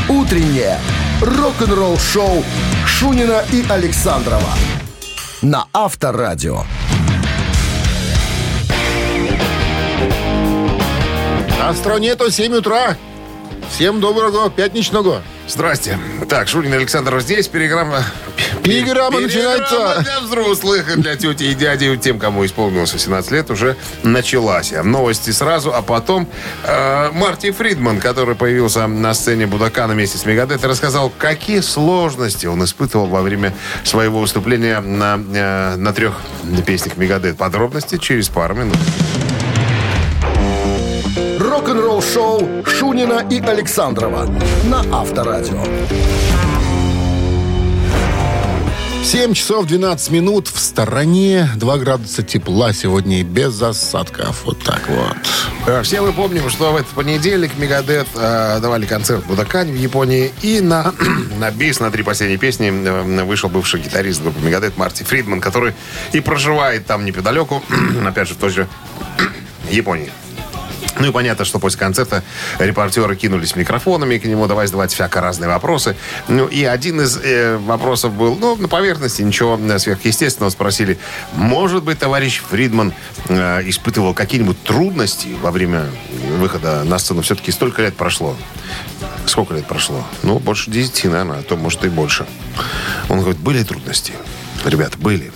Утреннее рок-н-ролл-шоу Шунина и Александрова на Авторадио. Астронету 7 утра. Всем доброго пятничного. Здрасте. Так, Шунин и Александров здесь. Переграмма начинается. Для взрослых, и для тети и дяди, тем, кому исполнилось 18 лет, уже началась. Новости сразу, а потом Марти Фридман, который появился на сцене Будакана вместе с Мегадет, рассказал, какие сложности он испытывал во время своего выступления на 3 песнях Мегадет. Подробности через пару минут. Рок-н-ролл-шоу Шунина и Александрова на Авторадио. 7 часов 12 минут. В стороне 2 градуса тепла сегодня и без осадков. Вот так вот. Все мы помним, что в этот понедельник Мегадет давали концерт в Будакане в Японии. И на бис, на 3 последние песни вышел бывший гитарист группы Мегадет Марти Фридман, который и проживает там неподалеку, опять же, в той же Японии. Ну и понятно, что после концерта репортеры кинулись микрофонами к нему, давай задавать всяко разные вопросы. Ну и один из вопросов был, на поверхности, ничего сверхъестественного. Спросили, может быть, товарищ Фридман испытывал какие-нибудь трудности во время выхода на сцену? Все-таки столько лет прошло. Сколько лет прошло? Больше 10, наверное, а то, может, и больше. Он говорит, были трудности? Ребята, были.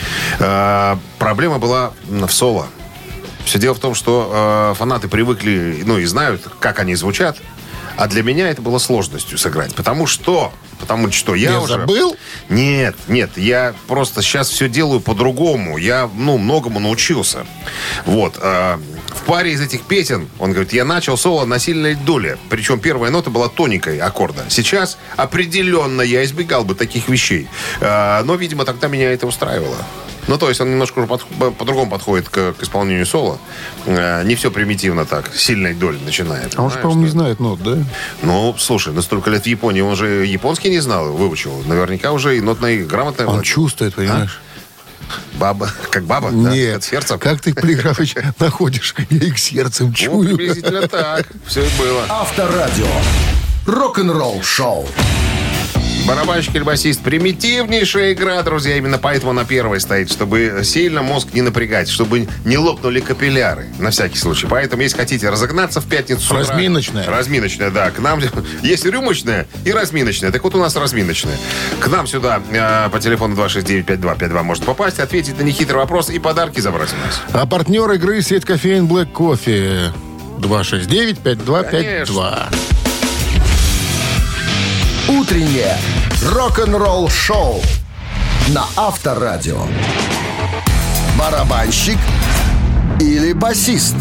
Проблема была в соло. Все дело в том, что фанаты привыкли, и знают, как они звучат. А для меня это было сложностью сыграть. Потому что я уже... забыл? Нет, я просто сейчас все делаю по-другому. Я, многому научился. Вот. В паре из этих песен, он говорит, я начал соло на сильной доле. Причем первая нота была тоненькой аккорда. Сейчас определенно я избегал бы таких вещей. Но, видимо, тогда меня это устраивало. То есть он немножко уже по-другому подходит к исполнению соло. Не все примитивно так, сильной доли начинает. А он же, по-моему, не знает нот, да? Слушай, столько лет в Японии, он же японский не знал, выучил. Наверняка уже и нотно, и грамотно. Он чувствует, понимаешь? Баба, как баба? Нет, да? Сердцем? как ты, Полиграфович, находишь? Я их сердцем чую. Приблизительно так, все и было. Авторадио. Рок-н-ролл-шоу. Барабанщик или басист. Примитивнейшая игра, друзья. Именно поэтому она первой стоит, чтобы сильно мозг не напрягать, чтобы не лопнули капилляры. На всякий случай. Поэтому, если хотите разогнаться в пятницу с утра... Разминочная. Разминочная, да. К нам есть рюмочная и разминочная. Так вот у нас разминочная. К нам сюда по телефону 269-5252 может попасть, ответить на нехитрый вопрос и подарки забрать у нас. А партнер игры сеть кофеин Black Coffee. 269-5252. Утреннее рок-н-ролл-шоу на Авторадио. Барабанщик или басист?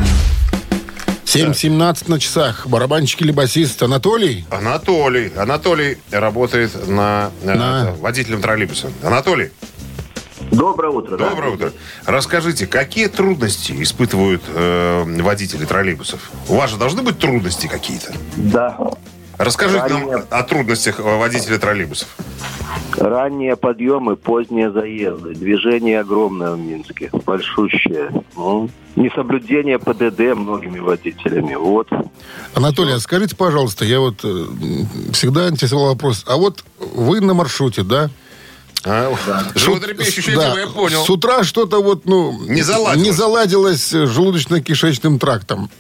7:17 на часах. Барабанщик или басист? Анатолий? Анатолий работает водителем троллейбуса. Анатолий. Доброе утро. Доброе утро. Расскажите, какие трудности испытывают водители троллейбусов? У вас же должны быть трудности какие-то? Да. Расскажите нам о трудностях водителя троллейбусов. Ранние подъемы, поздние заезды. Движение огромное в Минске. Большущее. Несоблюдение ПДД многими водителями. Вот. Анатолий, а скажите, пожалуйста, я всегда интересовал вопрос. А вот вы на маршруте, да? Животрепещущее дело, я понял. С утра что-то не заладилось с желудочно-кишечным трактом.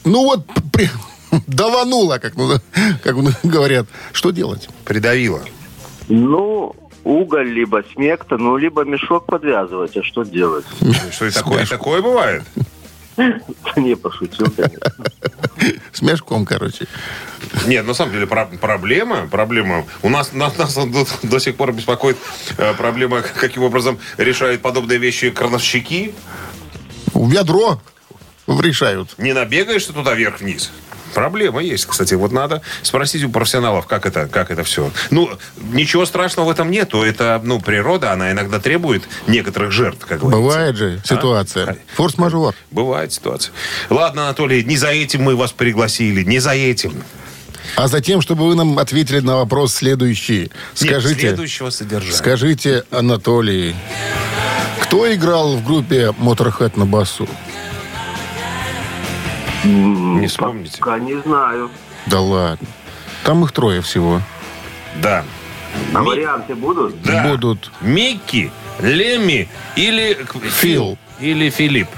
Давануло, как говорят. Что делать? Придавило. Уголь, либо смекта, либо мешок подвязывать. А что делать? Что и такое бывает? Не, пошутил, конечно. С мешком, короче. Нет, на самом деле проблема. У нас до сих пор беспокоит проблема, каким образом решают подобные вещи крановщики. В ведро решают. Не набегаешься туда вверх-вниз. Проблема есть, кстати. Вот надо спросить у профессионалов, как это все. Ничего страшного в этом нету. Это, природа, она иногда требует некоторых жертв, как говорится. Бывает же ситуация. Форс-мажор. Бывает ситуация. Ладно, Анатолий, не за этим мы вас пригласили. Не за этим. А за тем, чтобы вы нам ответили на вопрос следующий. Следующего содержания. Скажите, Анатолий, кто играл в группе Motorhead на басу? Не вспомните. Пока не знаю. Да ладно. Там их 3 всего. Да. А варианты будут? Да. Будут. Микки, Лемми или Фил. Или Филипп.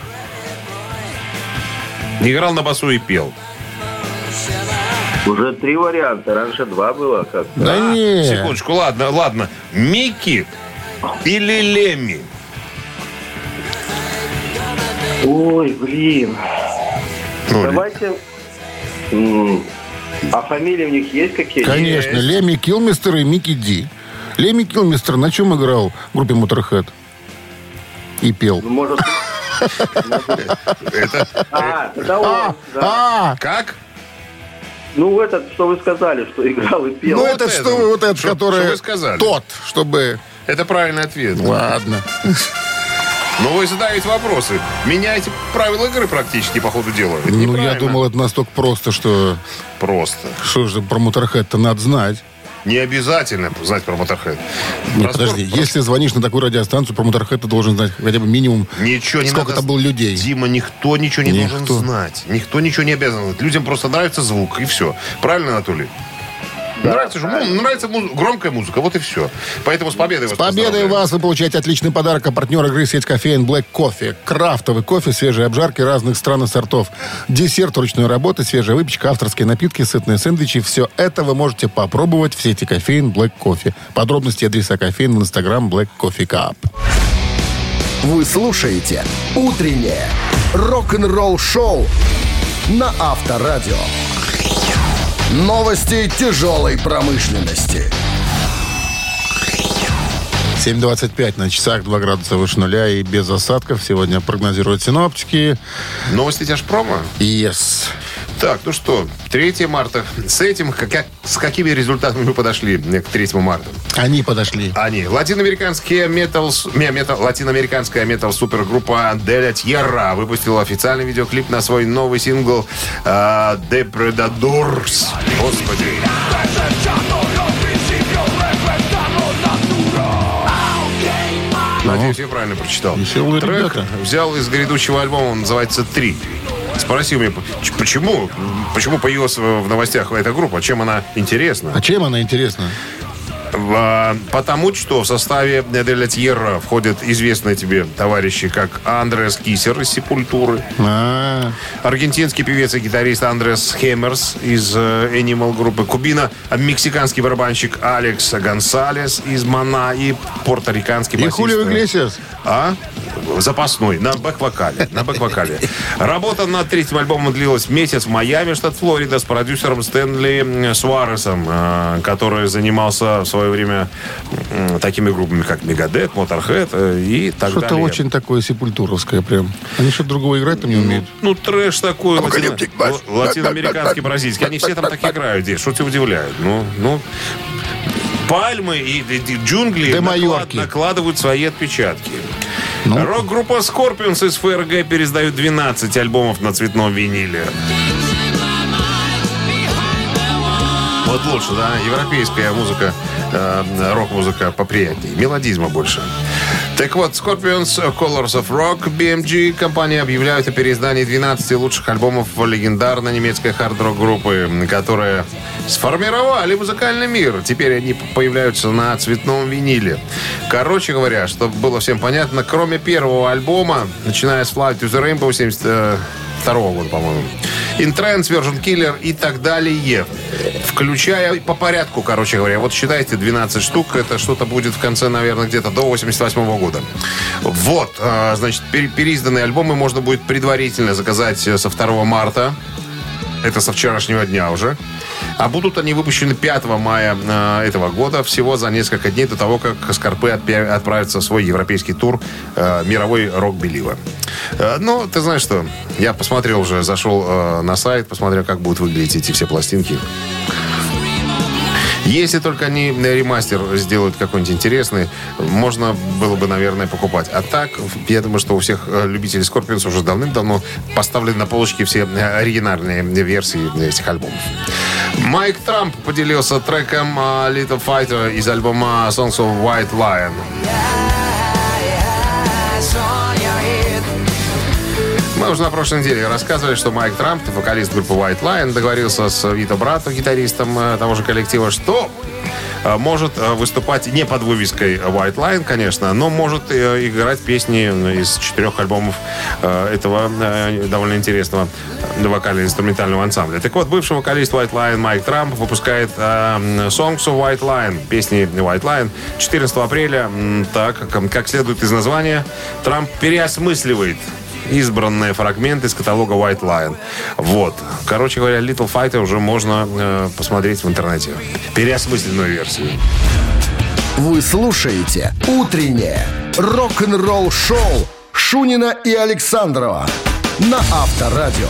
Играл на басу и пел. Уже 3 варианта. Раньше 2 было как-то. Да не. Секундочку, ладно. Микки или Лемми? Ой, блин. Ну, Давайте... А фамилии у них есть какие-то? Конечно, Лемми Килмистер и Микки Ди. Лемми Килмистер на чем играл в группе Motorhead? И пел. Ну, может... Это он. Как? Ну, этот, что вы сказали, что играл и пел. Ну, Вот этот, это. вот этот, Что который... вы сказали? Тот, чтобы... Это правильный ответ. Ладно. Но вы задаете вопросы. Меняете правила игры практически по ходу дела. Это Ну, я неправильно. думал, это настолько просто, что... Просто. Что же про Motorhead-то надо знать. Не обязательно знать про Motorhead. Нет, подожди, если звонишь на такую радиостанцию, про Motorhead ты должен знать хотя бы минимум, Ничего не сколько надо... там было людей. Дима, никто ничего не Никто. должен знать. Никто ничего не обязан знать. Людям просто нравится звук, и все. Правильно, Анатолий? Нравится же, громкая музыка, вот и все. Поэтому с победой вас С победой поздравляю. вас! Вы получаете отличный подарок от партнера игры сеть кофеин Black Coffee. Крафтовый кофе, свежие обжарки разных стран и сортов. Десерт ручной работы, свежая выпечка, авторские напитки, сытные сэндвичи. Все это вы можете попробовать в сети кофеин Black Coffee. Подробности и адреса кофеин в Instagram Black Coffee Cup. Вы слушаете «Утреннее рок-н-ролл-шоу» на Авторадио. Новости тяжелой промышленности. 7:25 на часах, 2 градуса выше нуля и без осадков. Сегодня прогнозируют синоптики. Новости тяжпрома? Yes. Так, ну что, 3 марта. С этим, с какими результатами мы подошли к 3 марта? Они подошли. Они. Латиноамериканская метал-супергруппа Деля Тьерра выпустила официальный видеоклип на свой новый сингл Depredadors. Господи. Надеюсь, я правильно прочитал. Веселые Трек ребята. взял из грядущего альбома, он называется «3». Спроси у меня, почему появилась в новостях эта группа, чем она интересна? А чем она интересна? Потому что в составе Деля Тьерра входят известные тебе товарищи, как Андреас Кисер из «Сепультуры», аргентинский певец и гитарист Андреас Хеммерс из Animal группы, мексиканский барабанщик Алекс Гонсалес из Мана и порториканский И басист. Хулио Иглесиас. Запасной, на бэк-вокале. Работа над 3-м альбомом длилась месяц в Майами, штат Флорида, с продюсером Стэнли Суаресом, который занимался в свое время такими группами, как Megadeth, Motorhead и так Что-то далее. очень такое сепультуровское прям. Они что-то другого играть там не умеют. Ну, трэш такой, латиноамериканский, бразильский. Они все там так играют здесь. Что тебя удивляет? Ну, пальмы и джунгли накладывают свои отпечатки. Рок-группа Scorpions из ФРГ пересдают 12 альбомов на цветном виниле. Вот лучше, да? Европейская музыка, рок-музыка поприятнее. Мелодизма больше. Так вот, Scorpions, Colors of Rock, BMG компания объявляют о переиздании 12 лучших альбомов легендарной немецкой хард-рок группы, которые сформировали музыкальный мир. Теперь они появляются на цветном виниле. Короче говоря, чтобы было всем понятно, кроме первого альбома, начиная с Flight to the Rainbow 72 года, по-моему, In Trance, Virgin Killer и так далее. Включая по порядку, короче говоря. Вот считайте, 12 штук. Это что-то будет в конце, наверное, где-то до 88 года. Вот. Значит, переизданные альбомы можно будет предварительно заказать со 2 марта. Это со вчерашнего дня уже. А будут они выпущены 5 мая этого года, всего за несколько дней до того, как Скорпы отправятся в свой европейский тур «Мировой рок-белива». Ну, ты знаешь что, я посмотрел уже, зашел на сайт, посмотрел, как будут выглядеть эти все пластинки. Если только они ремастер сделают какой-нибудь интересный, можно было бы, наверное, покупать. А так, я думаю, что у всех любителей Scorpions уже давным-давно поставлены на полочке все оригинальные версии этих альбомов. Майк Трамп поделился треком Little Fighter из альбома Songs of White Lion. Мы уже на прошлой неделе рассказывали, что Майк Трамп, вокалист группы White Lion, договорился с Вито Брато, гитаристом того же коллектива, что может выступать не под вывеской White Lion, конечно, но может играть песни из 4 альбомов этого довольно интересного вокально-инструментального ансамбля. Так вот, бывший вокалист White Lion Майк Трамп выпускает Songs of White Lion, песни White Lion, 14 апреля. Так, как следует из названия, Трамп переосмысливает избранные фрагменты из каталога White Lion. Вот. Короче говоря, Little Fighter уже можно посмотреть в интернете. Переосмысленную версию. Вы слушаете «Утреннее рок-н-ролл-шоу» Шунина и Александрова на Авторадио.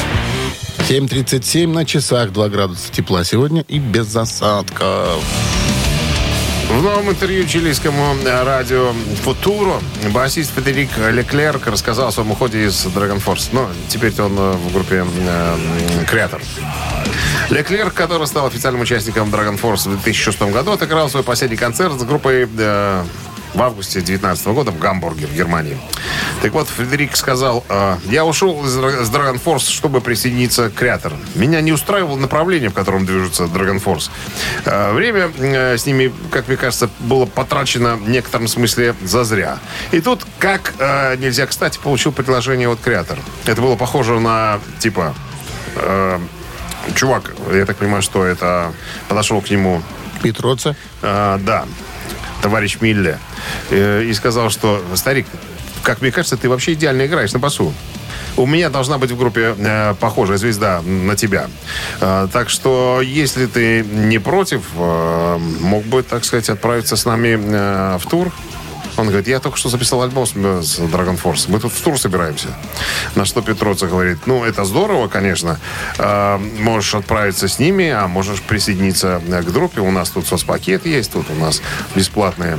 7:37 на часах, 2 градуса тепла сегодня и без осадков. В новом интервью чилийскому радио «Футуро» басист Фредерик Леклерк рассказал о своем уходе из Dragon Force. Но теперь-то он в группе «Креатор». Леклерк, который стал официальным участником Dragon Force в 2006 году, отыграл свой последний концерт с группой в августе 2019 года в Гамбурге, в Германии. Так вот, Фредерик сказал: «Я ушел из Dragon Force, чтобы присоединиться к Creator. Меня не устраивало направление, в котором движется Dragon Force. Время с ними, как мне кажется, было потрачено в некотором смысле зазря. И тут, как нельзя кстати, получил предложение от Creator. Это было похоже на, типа, чувак, я так понимаю, что это подошел к нему Петроца? Да, товарищ Милле, и сказал, что: старик, как мне кажется, ты вообще идеально играешь на басу. У меня должна быть в группе похожая звезда на тебя. Так что, если ты не против, мог бы, так сказать, отправиться с нами в тур. Он говорит: я только что записал альбом с Dragon Force. Мы тут в тур собираемся. На что Петроца говорит: ну, это здорово, конечно. Можешь отправиться с ними, а можешь присоединиться к группе. У нас тут соцпакет есть, тут у нас бесплатные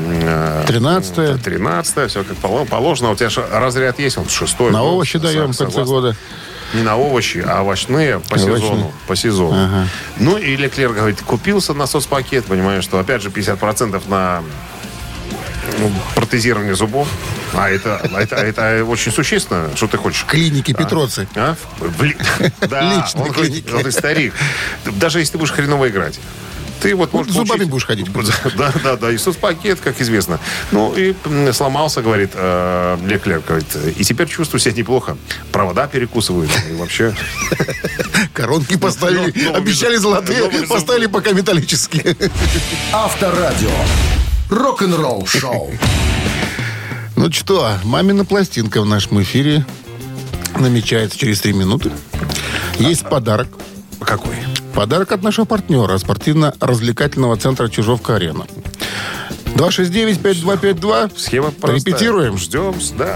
13-е, все как положено. У тебя же разряд есть, он 6-й. На овощи даем в конце года. Не на овощи, а овощные по сезону. Ага. Ну, и Леклер говорит: купился на соцпакет, понимаешь, что опять же 50% на протезирование зубов. А это очень существенно. Что ты хочешь? Клиники Петроцы. Да, он старик. Даже если ты будешь хреново играть, ты вот можешь зубами будешь ходить. Да. И соцпакет, как известно. Ну, и сломался, говорит Леклер. Говорит: и теперь чувствую себя неплохо. Провода перекусывают. И вообще... Коронки поставили. Обещали золотые, поставили пока металлические. Авторадио. Рок-н-ролл шоу. Ну что, мамина пластинка в нашем эфире намечается через 3 минуты. Есть подарок. Какой? Подарок от нашего партнера, спортивно-развлекательного центра «Чижовка-арена». 269-5252. Схема простая. Репетируем. Ждем, да.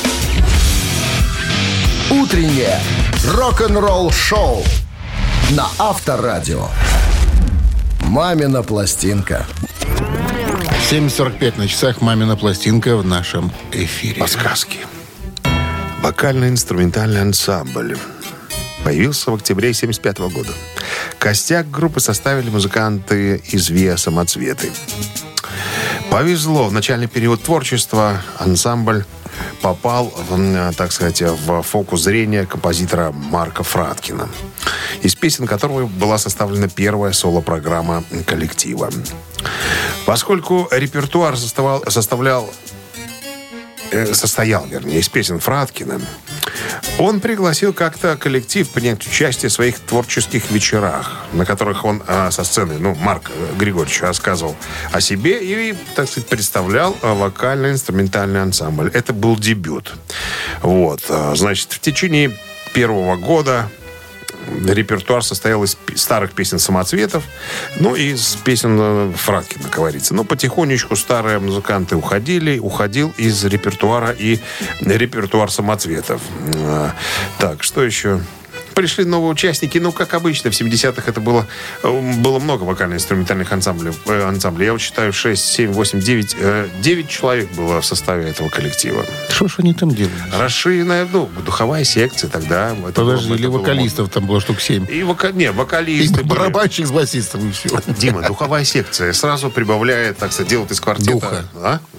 Утреннее рок-н-ролл шоу на Авторадио. Мамина пластинка. 7:45 на часах. Мамина пластинка в нашем эфире. Подсказки. Вокально-инструментальный ансамбль появился в октябре 1975 года. Костяк группы составили музыканты из ВИА «Самоцветы». Повезло. В начальный период творчества ансамбль попал, так сказать, в фокус зрения композитора Марка Фраткина, из песен которого была составлена первая соло-программа коллектива. Поскольку репертуар состоял из песен Фраткина, он пригласил как-то коллектив принять участие в своих творческих вечерах, на которых он со сцены, Марк Григорьевич, рассказывал о себе и, так сказать, представлял вокально-инструментальный ансамбль. Это был дебют. Вот. Значит, в течение первого года репертуар состоял из старых песен «Самоцветов», и из песен Фраткина, как говорится. Но потихонечку старые музыканты уходил из репертуара и репертуар «Самоцветов». Так, что еще? Пришли новые участники. Как обычно, в 70-х это было много вокально-инструментальных ансамблей. Я вот считаю, 6, 7, 8, 9 человек было в составе этого коллектива. Что ж они там делают? Расширенная, духовая секция тогда. Подожди, или вокалистов там было штук 7? Вокалисты. И барабанщик с басистом, и все. Дима, духовая секция сразу прибавляет, так сказать, делает из квартета. Духа.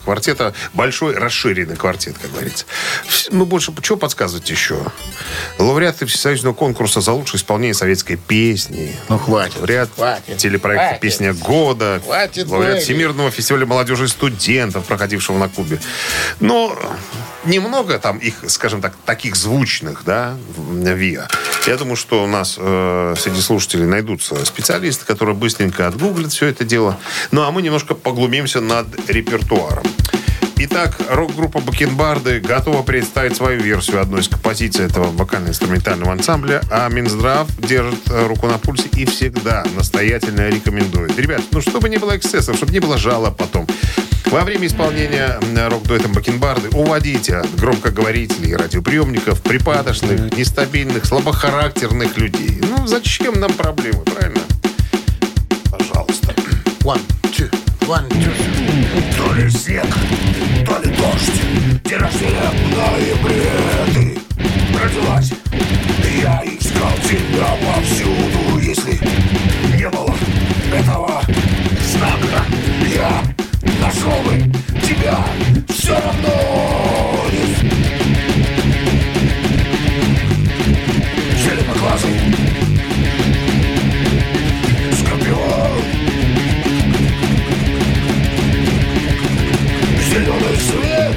квартета. Большой расширенный квартет, как говорится. Ну, больше, что подсказывать еще? Лауреаты всесоюзного конкурса за лучшее исполнение советской песни. Ну, хватит. Лауреат телепроекта «Песня года». Хватит, лауреат Всемирного фестиваля молодежи и студентов, проходившего на Кубе. Но немного там их, скажем так, таких звучных, да, ВИА. Я думаю, что у нас среди слушателей найдутся специалисты, которые быстренько отгуглят все это дело. Ну, а мы немножко поглумимся над репертуаром. Итак, рок-группа «Бакенбарды» готова представить свою версию одной из композиций этого вокально-инструментального ансамбля, а Минздрав держит руку на пульсе и всегда настоятельно рекомендует. Ребят, ну, чтобы не было эксцессов, чтобы не было жалоб потом. Во время исполнения рок-дуэтом «Бакенбарды» уводите от громкоговорителей и радиоприемников припадочных, нестабильных, слабохарактерных людей. Ну, зачем нам проблемы, правильно? Пожалуйста. One, two. То ли снег, то ли дождь. День рождения в ноябре. Ты родилась, я искал тебя повсюду. Если не было этого знака, я нашел бы тебя все равно. Зеленоглазый скорпион, зеленый свет.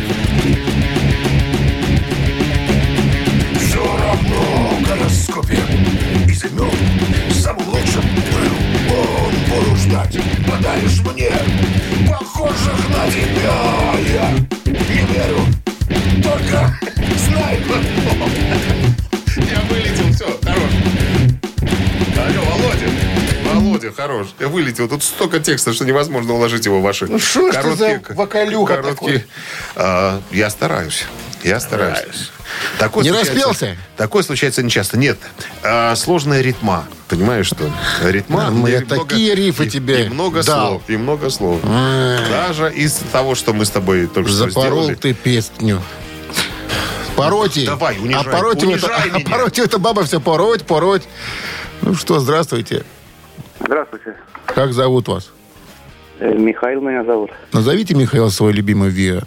Все равно в гороскопе из имен самым лучшим был он. Буду ждать, подаришь мне похожих на тебя. Я не верю, только знай одно. Я вылетел, все, хорош. Алло, Володя, хорош. Я вылетел. Тут столько текста, что невозможно уложить его в ваши короткие... вокалюха короткие. Я стараюсь. Такое Не случается- распелся? Такое случается нечасто. Нет. Сложная ритма. Понимаешь, что? Ритма. Я и много- такие рифы и- тебе И много дал. слов. Даже из того, что мы с тобой только что Запорол сделали. ты песню. Пороть. Давай, унижай А меня. пороть эта баба все пороть. Ну что, здравствуйте. Здравствуйте. Как зовут вас? Михаил меня зовут. Назовите, Михаил, свой любимый ВИА.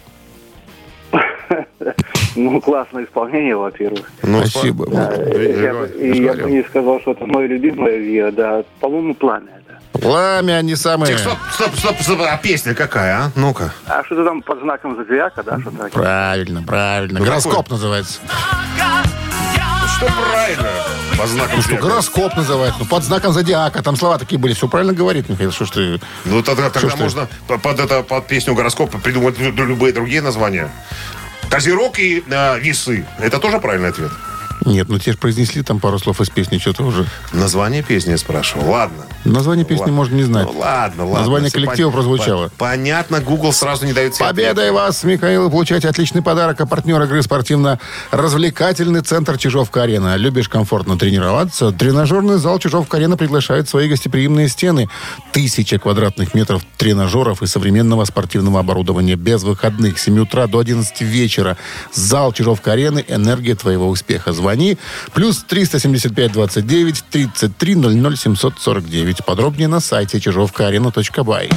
Ну, классное исполнение, во-первых. Ну, Спасибо. Я бы не сказал, что это мое любимое ВИА, да. По-моему, «Пламя». Да. Пламя, они самые... Стоп. А песня какая, а? Ну-ка. А что-то там под знаком зодиака, да? Что-то такое. Правильно. Гороскоп называется. Что правильно? По знакам Что, гороскоп называется. Ну, под знаком зодиака. Там слова такие были. Все правильно говорит, Михаил. Что ж ты... Ну, тогда Что ж ты? можно под песню гороскопа придумать любые другие названия. Козерог и весы. Это тоже правильный ответ? Нет, ну те же произнесли там пару слов из песни. Что-то уже... Название песни я спрашивал. Ладно. Название песни можно не знать. Ну, ладно. Название Всё коллектива прозвучало. Понятно, Google сразу не дает себе Победой вас, Михаил, получаете отличный подарок. А партнер игры спортивно-развлекательный центр «Чижовка-арена». Любишь комфортно тренироваться? Тренажерный зал «Чижовка-арена» приглашает в свои гостеприимные стены. 1000 квадратных метров тренажеров и современного спортивного оборудования. Без выходных с 7 утра до 11 вечера. Зал «Чижовка-арены» – энергия твоего успеха. Звони. Плюс 375 29 33 00 749. Подробнее на сайте чижовкаарена.бай.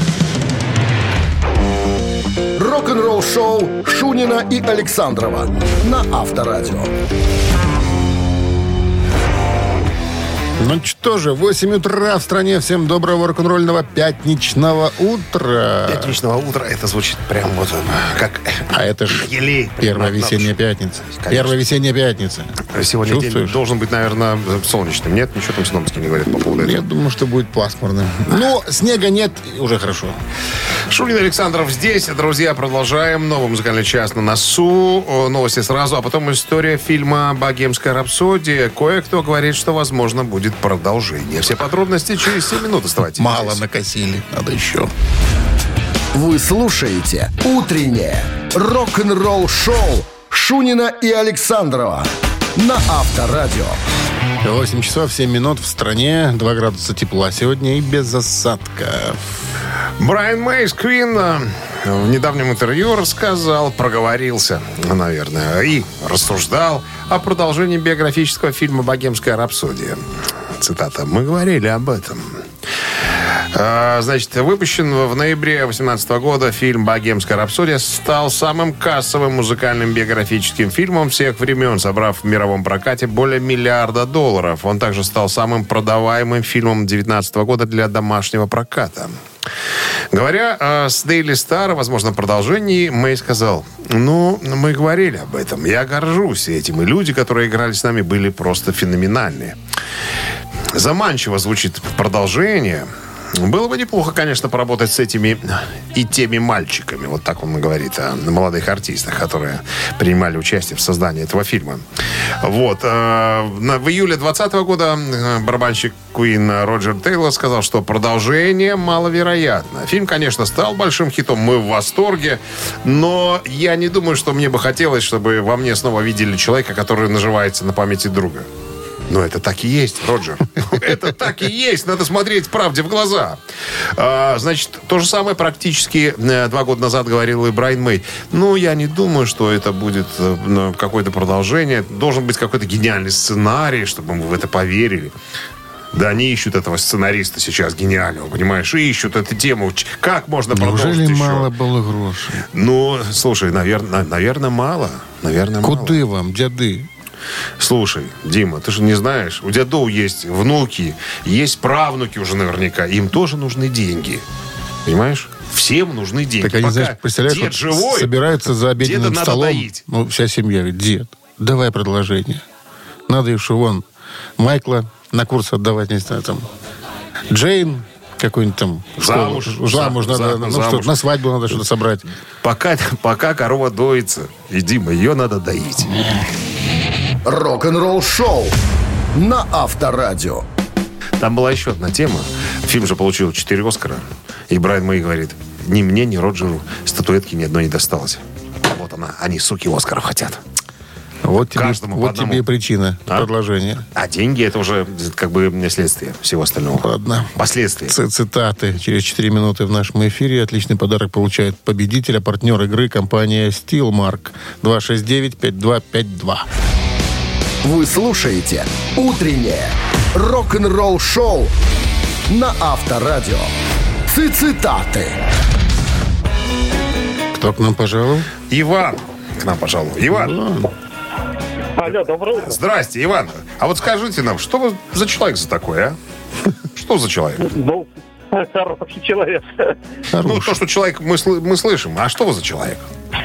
Рок-н-ролл-шоу Шунина и Александрова на Авторадио. Ну что же, 8 утра в стране. Всем доброго рок-н-ролльного пятничного утра. Пятничного утра. Это звучит прям вот как... А это же елей. первая весенняя пятница. Конечно. Первая весенняя пятница. Сегодня Чувствуешь? день должен быть, наверное, солнечным. Нет? Ничего там синоптики не говорят по поводу этого. Я думаю, что будет пасмурным. Но снега нет, и уже хорошо. Шунин, Александров здесь. Друзья, продолжаем. Новый музыкальный час на носу. Новости сразу, а потом история фильма «Богемская рапсодия». Кое-кто говорит, что, возможно, будет продолжение. Все подробности через 7 минут. Оставайтесь Мало здесь. накосили, надо еще. Вы слушаете «Утреннее рок-н-ролл-шоу» Шунина и Александрова на Авторадио. 8 часов 7 минут в стране. 2 градуса тепла сегодня и без осадков. Брайан Мэй из Queen в недавнем интервью рассказал, проговорился, наверное, и рассуждал о продолжении биографического фильма «Богемская рапсодия». Цитата. «Мы говорили об этом. Значит, выпущен в ноябре 2018 года фильм «Богемская рапсодия» стал самым кассовым музыкальным биографическим фильмом всех времен, собрав в мировом прокате более $1 миллиарда. Он также стал самым продаваемым фильмом 2019 года для домашнего проката. Говоря с Daily Star о возможном продолжении, Мэй сказал: мы говорили об этом, я горжусь этим, и люди, которые играли с нами, были просто феноменальные. Заманчиво звучит продолжение. Было бы неплохо, конечно, поработать с этими и теми мальчиками. Вот так он говорит о молодых артистах, которые принимали участие в создании этого фильма. Вот. В июле 2020 года барабанщик Queen Роджер Тейлор сказал, что продолжение маловероятно. Фильм, конечно, стал большим хитом, мы в восторге, но я не думаю, что мне бы хотелось, чтобы во мне снова видели человека, который наживается на памяти друга. Но это так и есть, Роджер. Это так и есть. Надо смотреть правде в глаза. Значит, то же самое практически 2 года назад говорил и Брайан Мэй. Я не думаю, что это будет какое-то продолжение. Должен быть какой-то гениальный сценарий, чтобы мы в это поверили. Да, они ищут этого сценариста сейчас гениального, понимаешь? И ищут эту тему. Как можно продолжить еще? Неужели мало было грошей? Слушай, наверное, мало. Куды вам, дяды? Слушай, Дима, ты же не знаешь, у дядов есть внуки, есть правнуки уже наверняка, им тоже нужны деньги. Понимаешь? Всем нужны деньги. Так они, знаешь, представляешь, дед живой, собираются за обеденным столом. Доить. Вся семья говорит: дед, давай предложение. Надо еще Майкла на курс отдавать, не знаю, Джейн какой-нибудь замуж надо, на свадьбу надо что-то собрать. Пока корова доится, и, Дима, ее надо доить. Рок-н-ролл шоу на Авторадио. Там была еще одна тема. Фильм же получил 4 Оскара. И Брайан Мэй говорит: ни мне, ни Роджеру статуэтки ни одной не досталось. Вот она, они, суки, Оскаров хотят. Вот тебе и причина предложения. А деньги — это уже как бы следствие всего остального. Ладно. Последствия. Цитаты. Через 4 минуты в нашем эфире отличный подарок получает победитель, а партнер игры — компания Steelmark. 269-5252. Вы слушаете «Утреннее рок-н-ролл-шоу» на Авторадио. Цитаты. Кто к нам пожаловал? Иван к нам пожаловал. Иван. Алло, доброе утро. Здрасте, Иван. А вот скажите нам, что вы за человек за такой, а? Что за человек? Хороший человек. То, что человек мы слышим. А что вы за человек?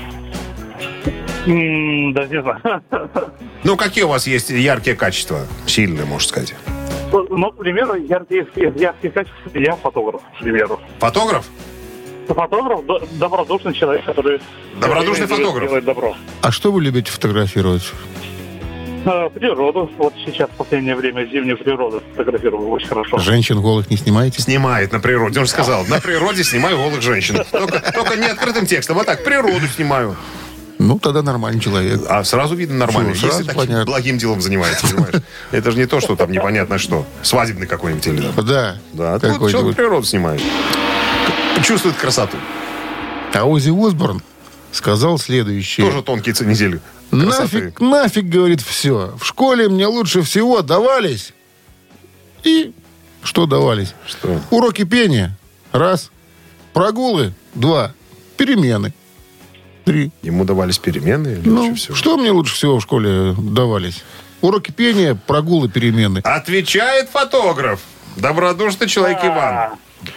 Да не знаю. Какие у вас есть яркие качества? Сильные, можно сказать. К примеру, яркие качества. Я фотограф, к примеру. Фотограф? Фотограф, добродушный человек, который... Добродушный фотограф? Делает добро. А что вы любите фотографировать? Природу. Вот сейчас, в последнее время, зимнюю природу фотографирую очень хорошо. Женщин голых не снимаете? Снимает на природе. Он же сказал, на природе снимаю голых женщин. Только не открытым текстом, а так, природу снимаю. Тогда нормальный человек. А сразу видно нормально. Сразу если таким благим делом занимается, понимаешь? Это же не то, что там непонятно что. Свадебный какой-нибудь или там. Да. Вот человек природу снимает. Чувствует красоту. А Оззи Осборн сказал следующее. Тоже тонкие ценители. Нафиг, говорит, все. В школе мне лучше всего давались. И что давались? Что? Уроки пения. 1. Прогулы. 2. Перемены. 3. Ему давались перемены? Или лучше всего? Что мне лучше всего в школе давались? Уроки пения, прогулы, перемены. Отвечает фотограф. Добродушный человек Иван.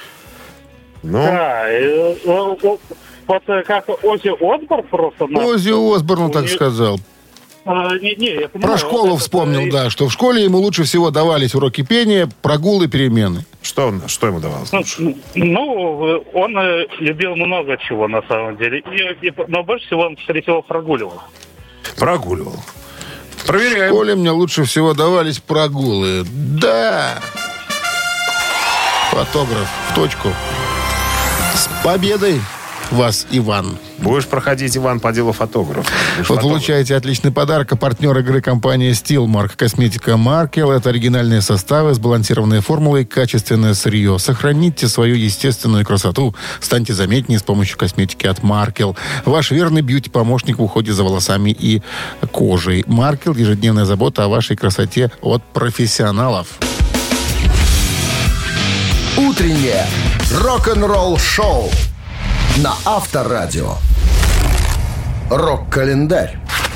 Да, вот как Оззи Осборн просто... Оззи Осборн так сказал. Я понимаю. Про школу вспомнил, да, что в школе ему лучше всего давались уроки пения, прогулы, перемены. Что ему давалось? Он любил много чего, на самом деле. Но больше всего он, скорее всего, прогуливал. Прогуливал. Проверяем. В школе мне лучше всего давались прогулы. Да. Фотограф в точку. С победой вас, Иван. Будешь проходить, Иван, по делу фотограф. Вы получаете отличный подарок. А партнер игры — компания Steelmark. Косметика Markel. Это оригинальные составы, сбалансированные формулы и качественное сырье. Сохраните свою естественную красоту. Станьте заметнее с помощью косметики от Markel. Ваш верный бьюти-помощник в уходе за волосами и кожей. Markel — ежедневная забота о вашей красоте от профессионалов. Утреннее рок-н-ролл-шоу на Авторадио. Рок-календарь.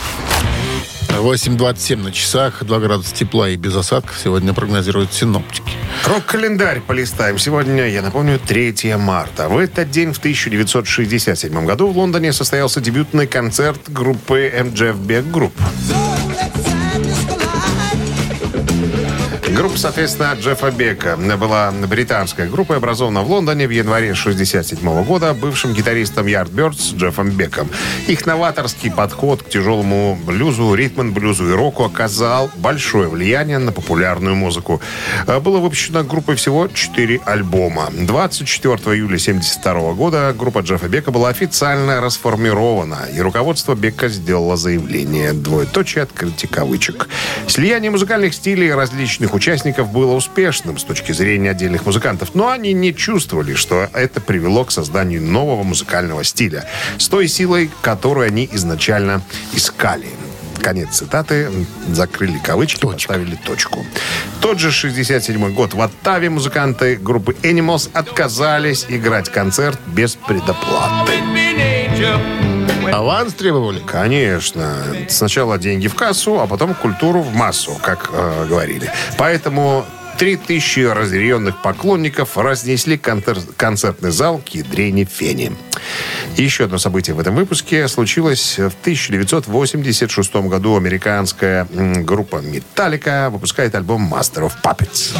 8:27 на часах, 2 градуса тепла и без осадков сегодня прогнозируют синоптики. Рок-календарь полистаем. Сегодня, я напомню, 3 марта. В этот день, в 1967 году, в Лондоне состоялся дебютный концерт группы Jeff Beck Group. Группа, соответственно, Джеффа Бека была британская группа, образована в Лондоне в январе 1967 года бывшим гитаристом Yardbirds Джеффом Беком. Их новаторский подход к тяжелому блюзу, ритм-н-блюзу и року оказал большое влияние на популярную музыку. Было выпущено группой всего 4 альбома. 24 июля 1972 года группа Джеффа Бека была официально расформирована, и руководство Бека сделало заявление, двоеточие, открытие кавычек. Слияние музыкальных стилей различных участников было успешным с точки зрения отдельных музыкантов, но они не чувствовали, что это привело к созданию нового музыкального стиля с той силой, которую они изначально искали. Конец цитаты. Закрыли кавычки, поставили точку. Тот же 67-й год. В Оттаве музыканты группы Animals отказались играть концерт без предоплаты. Аванс требовали? Конечно. Сначала деньги в кассу, а потом культуру в массу, как говорили. Поэтому 3000 разъяренных поклонников разнесли концертный зал к ядрене фени. И еще одно событие в этом выпуске случилось в 1986 году. Американская группа Metallica выпускает альбом Master of Puppets.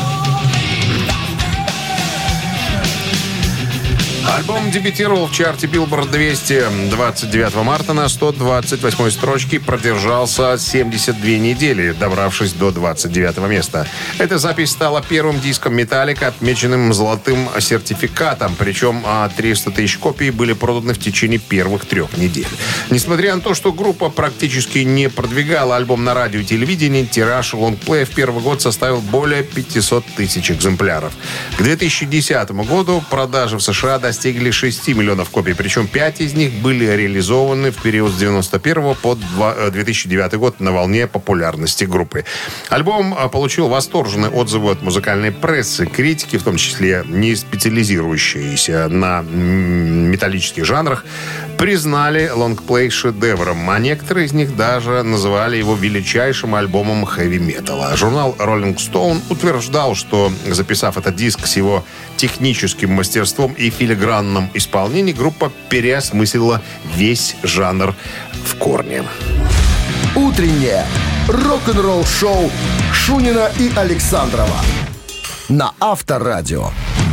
Альбом дебютировал в чарте Billboard 200 29 марта на 128 строчке, продержался 72 недели, добравшись до 29 места. Эта запись стала первым диском Metallica, отмеченным золотым сертификатом, причем 300 тысяч копий были проданы в течение первых 3 недель. Несмотря на то, что группа практически не продвигала альбом на радио и телевидении, тираж лонгплея в первый год составил более 500 тысяч экземпляров. К 2010 году продажи в США достигли 6 миллионов копий, причем 5 из них были реализованы в период с 1991 по 2009 год на волне популярности группы. Альбом получил восторженные отзывы от музыкальной прессы. Критики, в том числе не специализирующиеся на металлических жанрах, признали лонгплей шедевром, а некоторые из них даже называли его величайшим альбомом хэви-металла. Журнал Rolling Stone утверждал, что, записав этот диск с его техническим мастерством и филигранном исполнении, группа переосмыслила весь жанр в корне. Утреннее рок-н-ролл-шоу Шунина и Александрова на Авторадио.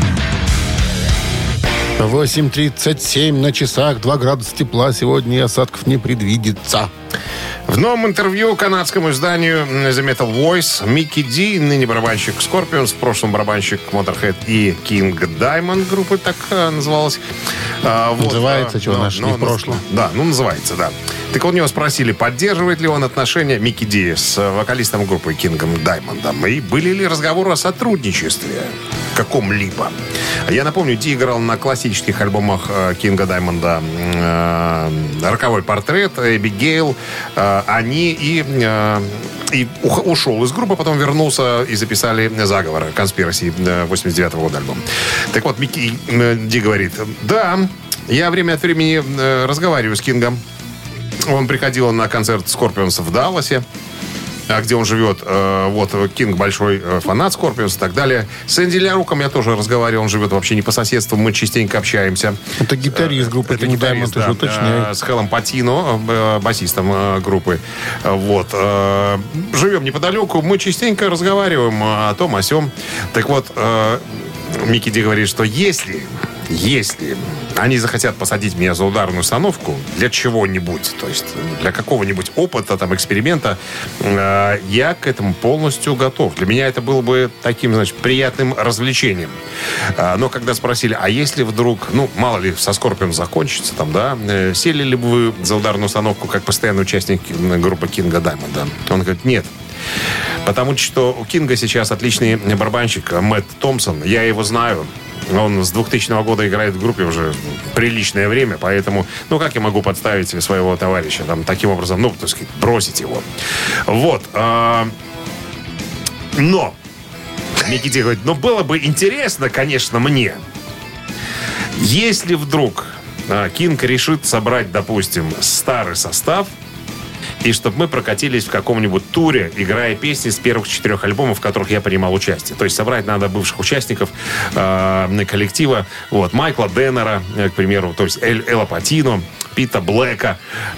8:37 на часах, 2 градуса тепла. Сегодня и осадков не предвидится. В новом интервью канадскому изданию The Metal Voice Микки Ди, ныне барабанщик Scorpions, в прошлом барабанщик Motorhead и King Diamond, группа так называлась. Называется, чего наш не в прошлом. Да, называется, да. Так у него спросили, поддерживает ли он отношения Микки Ди с вокалистом группы Кингом Даймондом, и были ли разговоры о сотрудничестве каком-либо. Я напомню, Ди играл на классических альбомах Кинга Даймонда «Роковой портрет», «Эбигейл». Они и ушел из группы, потом вернулся и записали «Заговор», «Конспираси», 89 года альбом. Так вот, Микки Ди говорит, да, я время от времени разговариваю с Кингом. Он приходил на концерт Scorpions в Далласе, где он живет. Вот, Кинг большой фанат Scorpions и так далее. С Энди Ляруком я тоже разговаривал. Он живет вообще не по соседству. Мы частенько общаемся. Это гитарист группы Кинг Даймонд, уже уточняю. С Хелом Патино, басистом группы. Вот. Живем неподалеку. Мы частенько разговариваем о том, о сём. Так вот, Микки Ди говорит, что если они захотят посадить меня за ударную установку для чего-нибудь, то есть для какого-нибудь опыта, там, эксперимента, я к этому полностью готов. Для меня это было бы таким, значит, приятным развлечением. Но когда спросили, а если вдруг, мало ли, со Скорпион закончится, там, да, сели ли бы вы за ударную установку как постоянный участник группы Кинга Даймонда? Он говорит, нет. Потому что у Кинга сейчас отличный барабанщик Мэтт Томпсон. Я его знаю. Он с 2000 года играет в группе уже приличное время, поэтому, как я могу подставить своего товарища, там, таким образом, так сказать, бросить его. Вот. Но Микки Ди говорит, было бы интересно, конечно, мне, если вдруг Кинг решит собрать, допустим, старый состав, и чтобы мы прокатились в каком-нибудь туре, играя песни с первых 4 альбомов, в которых я принимал участие. То есть собрать надо бывших участников коллектива. Майкла Деннера, к примеру, то есть Элла Патино, Пита Блэка.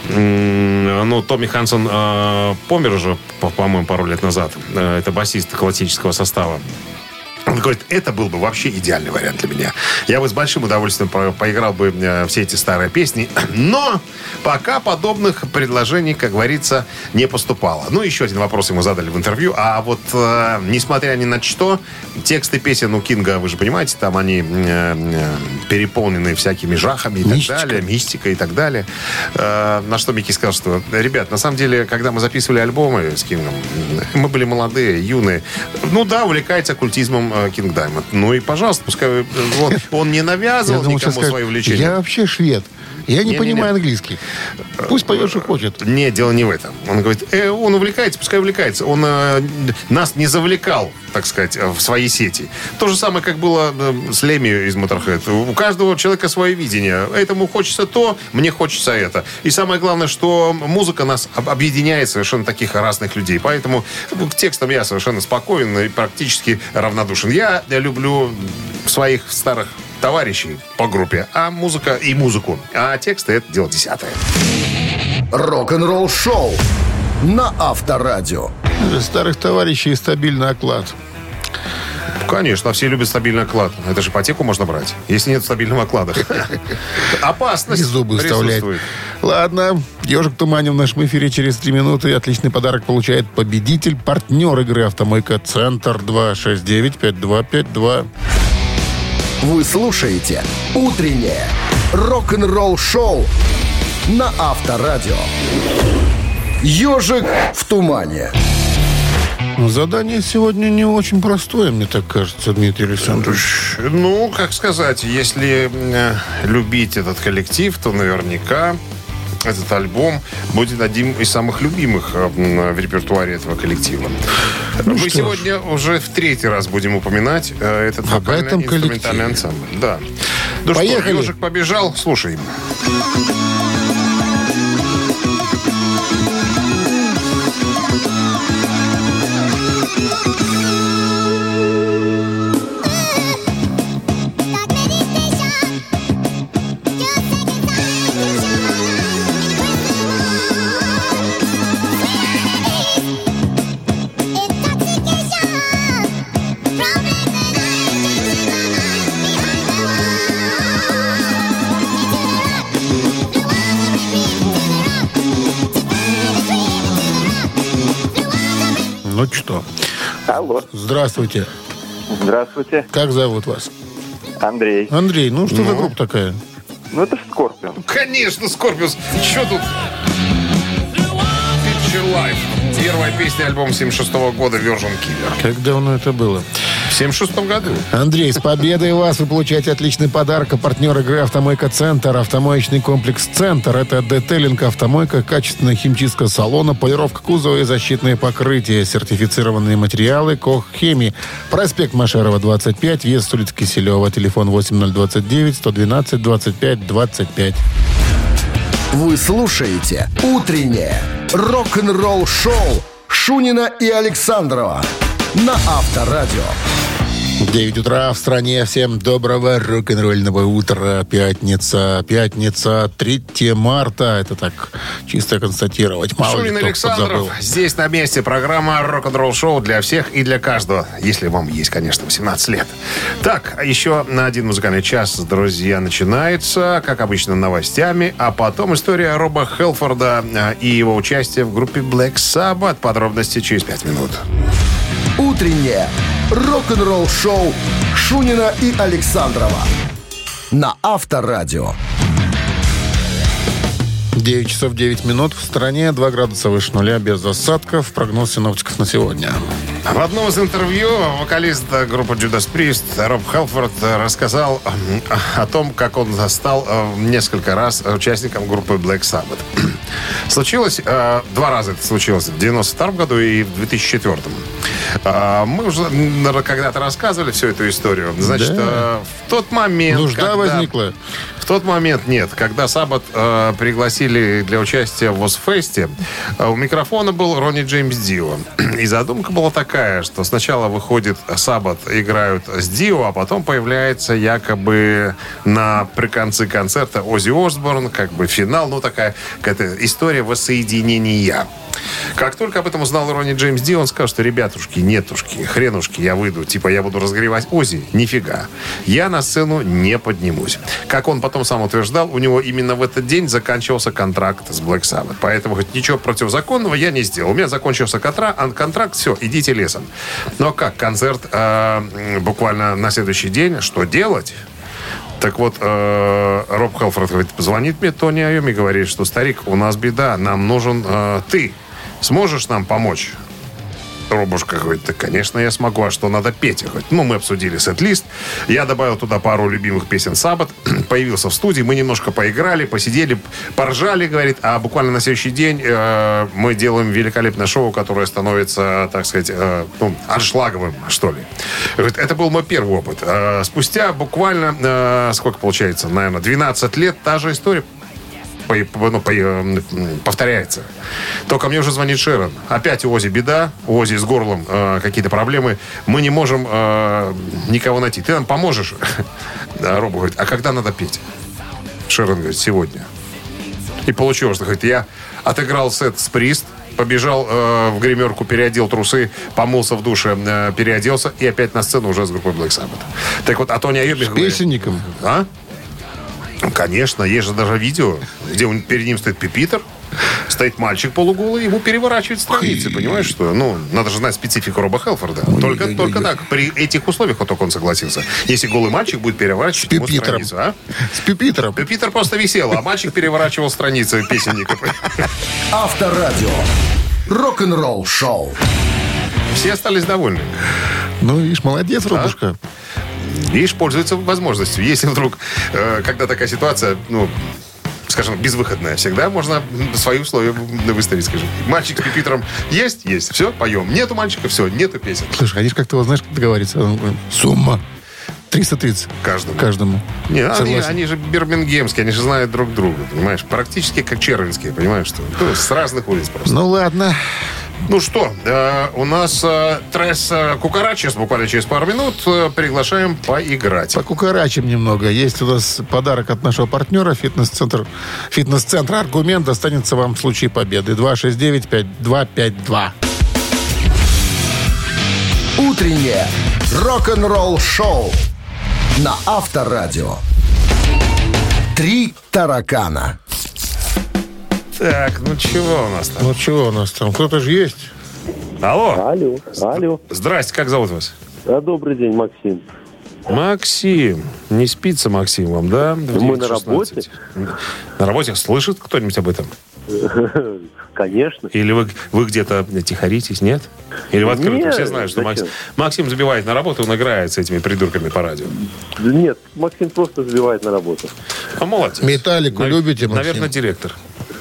Томми Хансон помер уже, по-моему, пару лет назад. Это басист классического состава. Он говорит, это был бы вообще идеальный вариант для меня. Я бы с большим удовольствием поиграл бы все эти старые песни. Но пока подобных предложений, как говорится, не поступало. Еще один вопрос ему задали в интервью. Несмотря ни на что, тексты песен у Кинга, вы же понимаете, там они переполнены всякими жахами и так далее. Мистикой и так далее. На что Микки сказал, что, ребят, на самом деле, когда мы записывали альбомы с Кингом, мы были молодые, юные. Увлекается оккультизмом Кинг Даймонд. И, пожалуйста, пускай он не навязывал никому свое увлечение. Я вообще швед. Я не понимаю английский. Пусть поет, что хочет. Нет, дело не в этом. Он говорит, он увлекается, пускай увлекается. Он нас не завлекал, так сказать, в свои сети. То же самое, как было с Леми из Motorhead. У каждого человека свое видение. Этому хочется то, мне хочется это. И самое главное, что музыка нас объединяет совершенно таких разных людей. Поэтому к текстам я совершенно спокоен и практически равнодушен. Я люблю своих старых товарищей по группе, а музыку. А тексты — это дело 10-е. Рок-н-ролл шоу на Авторадио. Старых товарищей и стабильный оклад. Конечно, все любят стабильный оклад. Это же ипотеку можно брать, если нет стабильного оклада. Опасность и зубы вставлять. Ладно, «Ежик в тумане» в нашем эфире через 3 минуты. Отличный подарок получает победитель, партнер игры «Автомойка Центр» 269-5252. Вы слушаете «Утреннее рок-н-ролл-шоу» на Авторадио. «Ежик в тумане». Задание сегодня не очень простое, мне так кажется, Дмитрий Александрович. Как сказать, если любить этот коллектив, то наверняка этот альбом будет одним из самых любимых в репертуаре этого коллектива. Мы сегодня уже в 3-й раз будем упоминать этот вокально-инструментальный ансамбль. Да. Поехали. Ежик побежал, слушаем. Что? Алло. Здравствуйте. Здравствуйте. Как зовут вас? Андрей. Андрей, что за группа такая? Это же Скорпион. Конечно, Скорпиус. Что тут? Picture Life. Первая песня альбома 76-го года Virgin Killer. Как давно это было? В 76-м году. Андрей, с победой вас! Вы получаете отличный подарок. Партнер игры «Автомойка Центр». Автомоечный комплекс «Центр». Это детейлинг автомойка, качественная химчистка салона, полировка кузова и защитные покрытия. Сертифицированные материалы «Кох Хеми». Проспект Машерова, 25. Въезд с улицы Киселева. Телефон 8029-112-25-25. Вы слушаете «Утреннее рок-н-ролл-шоу» Шунина и Александрова на Авторадио. 9 утра в стране. Всем доброго рок-н-ролльного утра. Пятница, 3 марта. Это так, чисто констатировать. Мало Шунин ли кто Александров. забыл. Здесь на месте программа «Рок-н-ролл-шоу» для всех и для каждого. Если вам есть, конечно, 18 лет. Так, еще на один музыкальный час, друзья, начинается, как обычно, новостями. А потом история Роба Хелфорда и его участие в группе Black Sabbath. Подробности через 5 минут. Утреннее рок-н-ролл-шоу Шунина и Александрова на Авторадио. 9 часов 9 минут. В стране 2 градуса выше нуля, без осадков. Прогноз синоптиков на сегодня. В одном из интервью вокалист группы Judas Priest Роб Хелфорд рассказал о том, как он стал несколько раз участником группы Black Sabbath. Случилось, 2 раза это случилось, в 92-м году и в 2004-м. Мы уже когда-то рассказывали всю эту историю. Значит, в тот момент... Нужда возникла. В тот момент нет. Когда Саббат пригласили для участия в Озфесте, у микрофона был Ронни Джеймс Дио. И задумка была такая, что сначала выходит Саббат, играют с Дио, а потом появляется якобы при конце концерта Оззи Осборн, как бы финал, такая какая-то история воссоединения. Как только об этом узнал Ронни Джеймс Дио, он сказал, что ребятушки, нетушки, хренушки, я выйду, я буду разогревать Оззи, нифига. Я на сцену не поднимусь. Как он потом сам утверждал, у него именно в этот день заканчивался контракт с Black Sabbath. Поэтому хоть ничего противозаконного я не сделал. У меня закончился контракт, все, идите лесом. Но как концерт буквально на следующий день, что делать? Так вот, Роб Хелфорд говорит, звонит мне Тони Айоми, говорит, что, старик, у нас беда, нам нужен ты. Сможешь нам помочь? Робушка говорит, да, конечно, я смогу. А что надо петь? Говорит, мы обсудили сет-лист. Я добавил туда пару любимых песен Саббат. Появился в студии, мы немножко поиграли, посидели, поржали, говорит. А буквально на следующий день мы делаем великолепное шоу, которое становится, так сказать, аншлаговым, что ли. Говорит, это был мой первый опыт. Спустя буквально, сколько получается, наверное, 12 лет, та же история повторяется. Только мне уже звонит Шерон. Опять у Оззи беда, у Оззи с горлом какие-то проблемы. Мы не можем никого найти. Ты нам поможешь? Роба говорит, а когда надо петь? Шерон говорит, сегодня. И получилось, что говорит, я отыграл сет с Прист, побежал в гримерку, переодел трусы, помылся в душе, переоделся и опять на сцену уже с группой Black Sabbath. Так вот, а Тони Айоми... С песенником? А? Конечно, есть же даже видео, где перед ним стоит пюпитр, стоит мальчик полуголый, ему переворачивают страницы, понимаешь, что? Надо же знать специфику Роба Хелфорда. Только так, при этих условиях вот только он согласился. Если голый мальчик будет переворачивать ему страницу, а? С пюпитром. Пюпитр просто висел, а мальчик переворачивал страницы песенника. Авторадио. Рок-н-ролл шоу. Все остались довольны. Видишь, молодец, Робушка. Видишь, пользуется возможностью. Если вдруг, когда такая ситуация, скажем, безвыходная, всегда можно свои условия выставить, скажем. Мальчик с пюпитром есть, все, поем. Нету мальчика, все, нету песен. Слушай, они же как-то, знаешь, как договориться. Сумма 330. Каждому. Не, они же бирмингемские, они же знают друг друга, понимаешь? Практически как червинские, понимаешь, что? С разных улиц просто. Ладно. Ну что, у нас Трес Кукарачи, буквально через пару минут приглашаем поиграть. Покукарачим немного. Есть у нас подарок от нашего партнера, фитнес-центр «Аргумент» достанется вам в случае победы. 269-5252. Утреннее рок-н-ролл шоу на Авторадио. 3 таракана. Так, чего у нас там? Кто-то же есть. Алло. Алло. Здрасте, как зовут вас? Добрый день, Максим. Максим. Не спится Максим вам, да? Мы на работе. На работе? Слышит кто-нибудь об этом? Конечно. Или вы где-то тихоритесь, нет? Или в открытом? Все знают, что Максим забивает на работу, он играет с этими придурками по радио. Нет, Максим просто забивает на работу. А молодец. Металлику любите, Максим? Наверное, директор.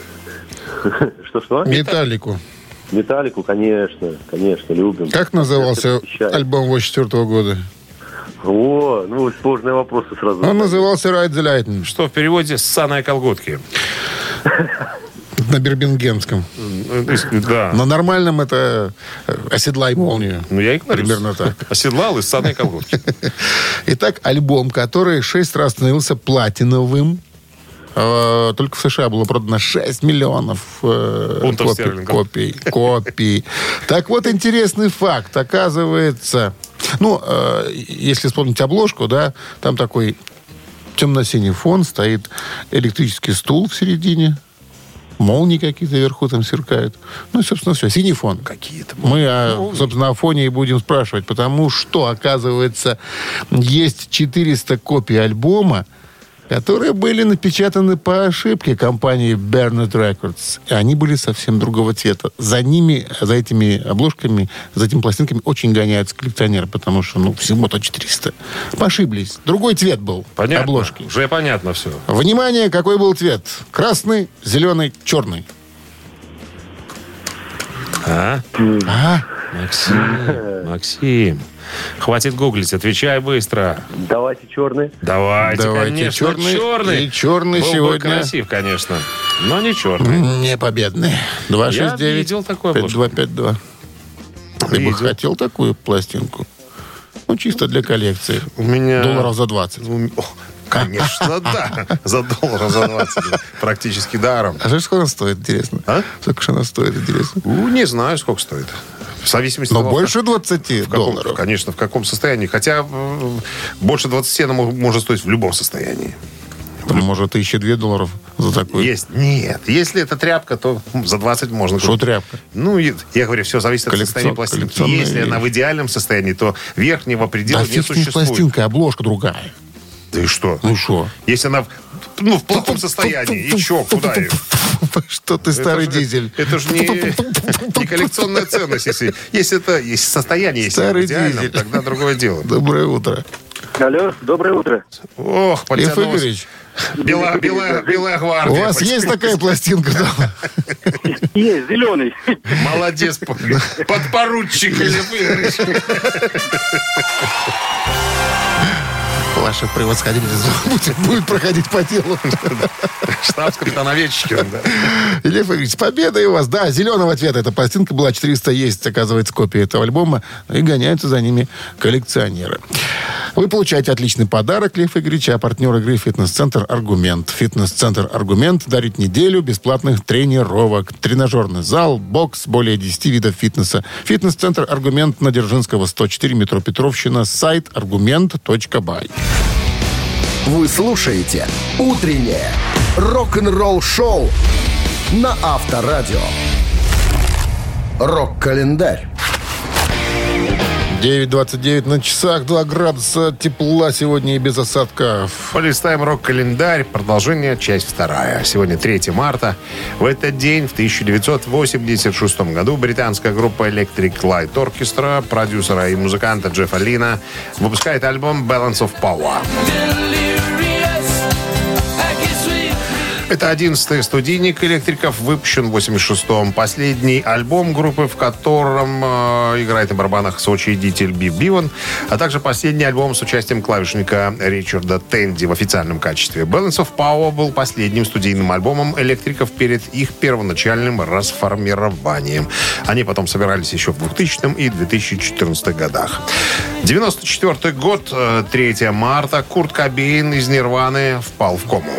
Что? Металлику, конечно, любим. Как назывался альбом 84 года? Сложные вопросы сразу. Он назывался «Ride the Lightning». Что в переводе «ссаные колготки». На бирмингемском. Да. На нормальном это «Оседлай молнию». Я и говорю. Примерно так. Оседлал и ссаные колготки. Итак, альбом, который 6 раз становился платиновым. Только в США было продано 6 миллионов копий. Так вот, интересный факт. Оказывается, если вспомнить обложку, да, там такой темно-синий фон, стоит электрический стул в середине, молнии какие-то вверху там сверкают. Собственно, все. Синий фон. Какие-то. Мы, собственно, о фоне и будем спрашивать, потому что, оказывается, есть 400 копий альбома, которые были напечатаны по ошибке компании Bernard Records. И они были совсем другого цвета. За этими обложками, за этими пластинками очень гоняются коллекционеры, потому что, всего-то 400. Ошиблись. Другой цвет был. Понятно. Обложки. Уже понятно все. Внимание, какой был цвет? Красный, зеленый, черный. Максим. Хватит гуглить, отвечай быстро. Давайте черный. Давайте, конечно, черный. И черный был сегодня. Бы красив, конечно, но не черный. Не победный. 269 Я видел такой 5252. Ты бы хотел такую пластинку? Ну, чисто для коллекции. У меня... Долларов за 20. Конечно, да. За долларов за 20. Практически даром. А сколько она стоит, интересно? Сколько же она стоит, интересно? Не знаю, сколько стоит. В зависимости Но от больше 20 долларов. Конечно, в каком состоянии. Хотя больше 20 она может стоить в любом состоянии. Может, $1002 за такую? Есть. Нет. Если это тряпка, то за 20 можно Что купить. тряпка? Ну, я говорю, все зависит от состояния пластинки. Если она в идеальном состоянии, то верхнего предела Да не фиг с ней существует. пластинка, обложка другая. Да и что? Ну что? Если она в плохом состоянии, и что, куда ее? Что ты, старый дизель? Это же не коллекционная ценность. Если состояние есть Старый в идеальном, дизель. тогда другое дело. Доброе утро. Алло, доброе утро. Ох, Лев потянулся. Игоревич, Белая гвардия. у вас есть такая пластинка дома? Есть, зеленый. Молодец, подпоручик Лев Игоревич. Ваше превосходительство будет проходить по делу. Штабс-капитан Овечкин, да. Лев Игоревич, с победой у вас. Да, зеленого цвета эта пластинка была. 400 есть, оказывается, копия этого альбома. И гоняются за ними коллекционеры. Вы получаете отличный подарок, Лев Игоревич, а партнер игры «Фитнес-центр Аргумент». «Фитнес-центр Аргумент» дарит неделю бесплатных тренировок. Тренажерный зал, бокс, более 10 видов фитнеса. «Фитнес-центр Аргумент» на Дзержинского, 104, метро Петровщина. Сайт argument.by. Вы слушаете «Утреннее рок-н-ролл-шоу» на Авторадио. Рок-календарь. 9:29 на часах, 2 градуса тепла сегодня и без осадков. Полистаем рок-календарь. Продолжение, часть 2. Сегодня 3 марта. В этот день, в 1986 году, британская группа Electric Light Orchestra, продюсера и музыканта Джеффа Лина, выпускает альбом «Balance of Power». Это 11-й студийник «Электриков», выпущен в 86-м. Последний альбом группы, в котором играет на барабанах соучредитель Биб Биван, а также последний альбом с участием клавишника Ричарда Тенди в официальном качестве. «Balance of Power» был последним студийным альбомом «Электриков» перед их первоначальным расформированием. Они потом собирались еще в 2000 и 2014 годах. 94 год, 3 марта. Курт Кобейн из «Нирваны» впал в кому.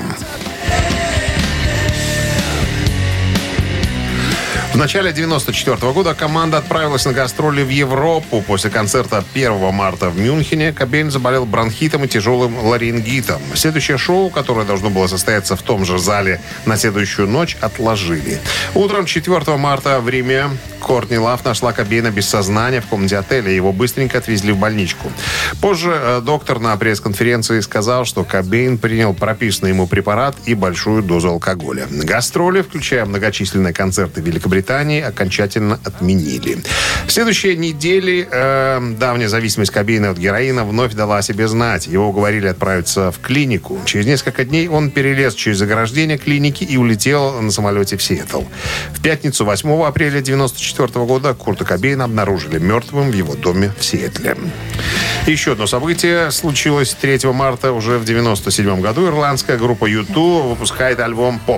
В начале 94 года команда отправилась на гастроли в Европу. После концерта 1 марта в Мюнхене Кобейн заболел бронхитом и тяжелым ларингитом. Следующее шоу, которое должно было состояться в том же зале на следующую ночь, отложили. Утром 4 марта в Риме Кортни Лав нашла Кобейна без сознания в комнате отеля. Его быстренько отвезли в больничку. Позже доктор на пресс-конференции сказал, что Кобейн принял прописанный ему препарат и большую дозу алкоголя. Гастроли, включая многочисленные концерты в Великобритании, окончательно отменили. В следующие недели давняя зависимость Кобейна от героина вновь дала о себе знать. Его уговорили отправиться в клинику. Через несколько дней он перелез через ограждение клиники и улетел на самолете в Сиэтл. В пятницу 8 апреля 1994 года Курта Кобейна обнаружили мертвым в его доме в Сиэтле. Еще одно событие случилось 3 марта. Уже в 1997 году ирландская группа U2 выпускает альбом «Поп».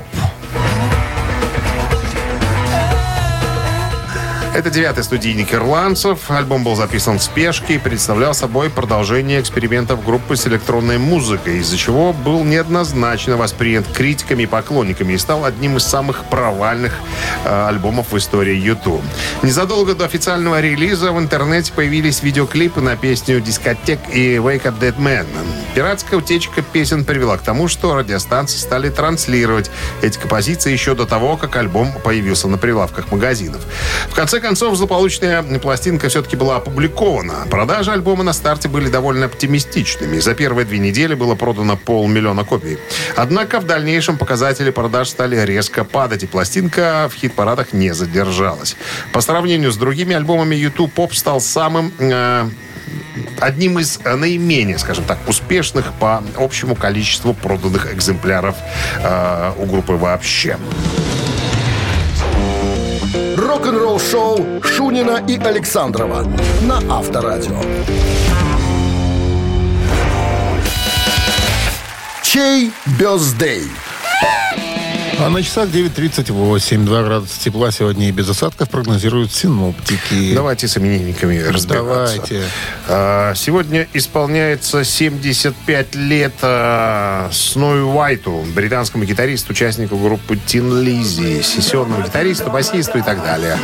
Это 9-й студийник ирландцев. Альбом был записан в спешке и представлял собой продолжение экспериментов группы с электронной музыкой, из-за чего был неоднозначно воспринят критиками и поклонниками и стал одним из самых провальных альбомов в истории U2. Незадолго до официального релиза в интернете появились видеоклипы на песню «Дискотек» и «Wake Up Dead Man». Пиратская утечка песен привела к тому, что радиостанции стали транслировать эти композиции еще до того, как альбом появился на прилавках магазинов. В конце концов, злополучная пластинка все-таки была опубликована. Продажи альбома на старте были довольно оптимистичными. За первые 2 недели было продано 500 000 копий. Однако в дальнейшем показатели продаж стали резко падать, и пластинка в хит-парадах не задержалась. По сравнению с другими альбомами U2, «Поп» стал одним из наименее, скажем так, успешных по общему количеству проданных экземпляров у группы вообще. Рок-н-ролл-шоу Шунина и Александрова на Авторадио. Чей бёздей? А на часах 9:38. 2 градуса тепла сегодня и без осадков прогнозируют синоптики. Давайте с именинниками разбираться. Давайте. Сегодня исполняется 75 лет Сноуи Уайту, британскому гитаристу, участнику группы Тин Лиззи, сессионному гитаристу, басисту и так далее.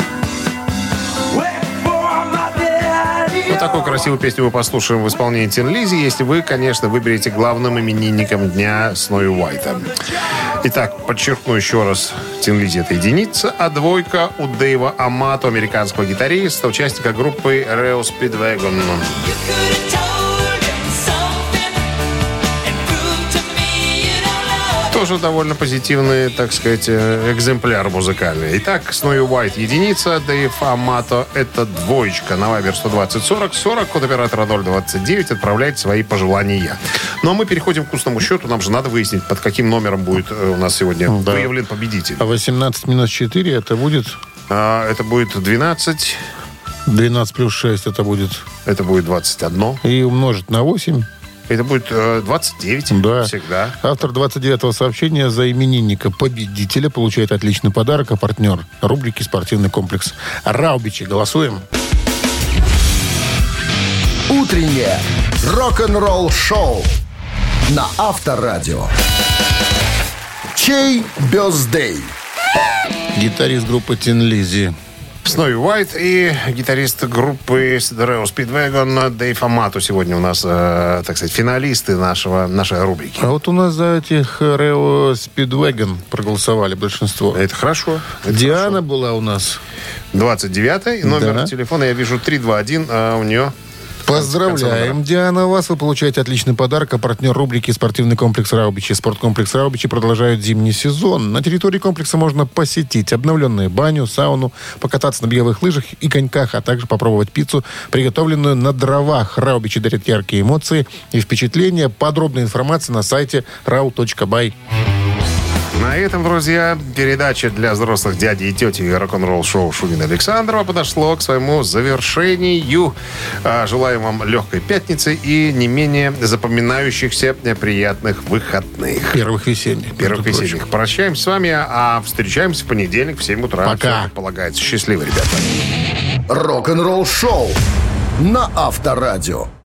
Вот такую красивую песню мы послушаем в исполнении Тин Лиззи, если вы, конечно, выберете главным именинником дня Сноуи Уайта. Итак, подчеркну еще раз, Тин Лиззи — это единица, а двойка у Дэйва Амато, американского гитариста, участника группы Reo Speedwagon. Тоже довольно позитивный, так сказать, экземпляр музыкальный. Итак, Сноуи Уайт — единица, Дэйв Амато — это двоечка. На Вайбер 120-40-40, код оператора 029, отправляйте свои пожелания. Ну, а мы переходим к вкусному счету. Нам же надо выяснить, под каким номером будет у нас сегодня выявлен победитель. А 18 минус 4 это будет? Это будет 12. 12 плюс 6 это будет? Это будет 21. И умножить на 8? Это будет 29, да. Всегда. Автор 29-го сообщения за именинника победителя получает отличный подарок, а партнер рубрики «Спортивный комплекс Раубичи». Голосуем. Утреннее рок-н-ролл-шоу на Авторадио. Чей бёздей? Гитарист группы Тин Лиззи. Сноуи Уайт и гитарист группы Reo Speedwagon Дэйв Амато сегодня у нас, так сказать, финалисты нашей рубрики. А вот у нас за этих Reo Speedwagon проголосовали большинство. Это хорошо. Диана была у нас. 29-й номер телефона, я вижу 321, а у нее... Поздравляем, Диана, вас. Вы получаете отличный подарок. А партнер рубрики «Спортивный комплекс Раубичи». Спорткомплекс Раубичи продолжает зимний сезон. На территории комплекса можно посетить обновленную баню, сауну, покататься на беговых лыжах и коньках, а также попробовать пиццу, приготовленную на дровах. Раубичи дарит яркие эмоции и впечатления. Подробная информация на сайте rau.by. На этом, друзья, передача для взрослых дядей и тети рок-н-ролл шоу Шунина Александрова подошло к своему завершению. Желаем вам легкой пятницы и не менее запоминающихся приятных выходных. Первых весенних. Прощаемся с вами, а встречаемся в понедельник в 7 утра. Пока. Все, как полагается. Счастливо, ребята. Рок-н-ролл шоу на Авторадио.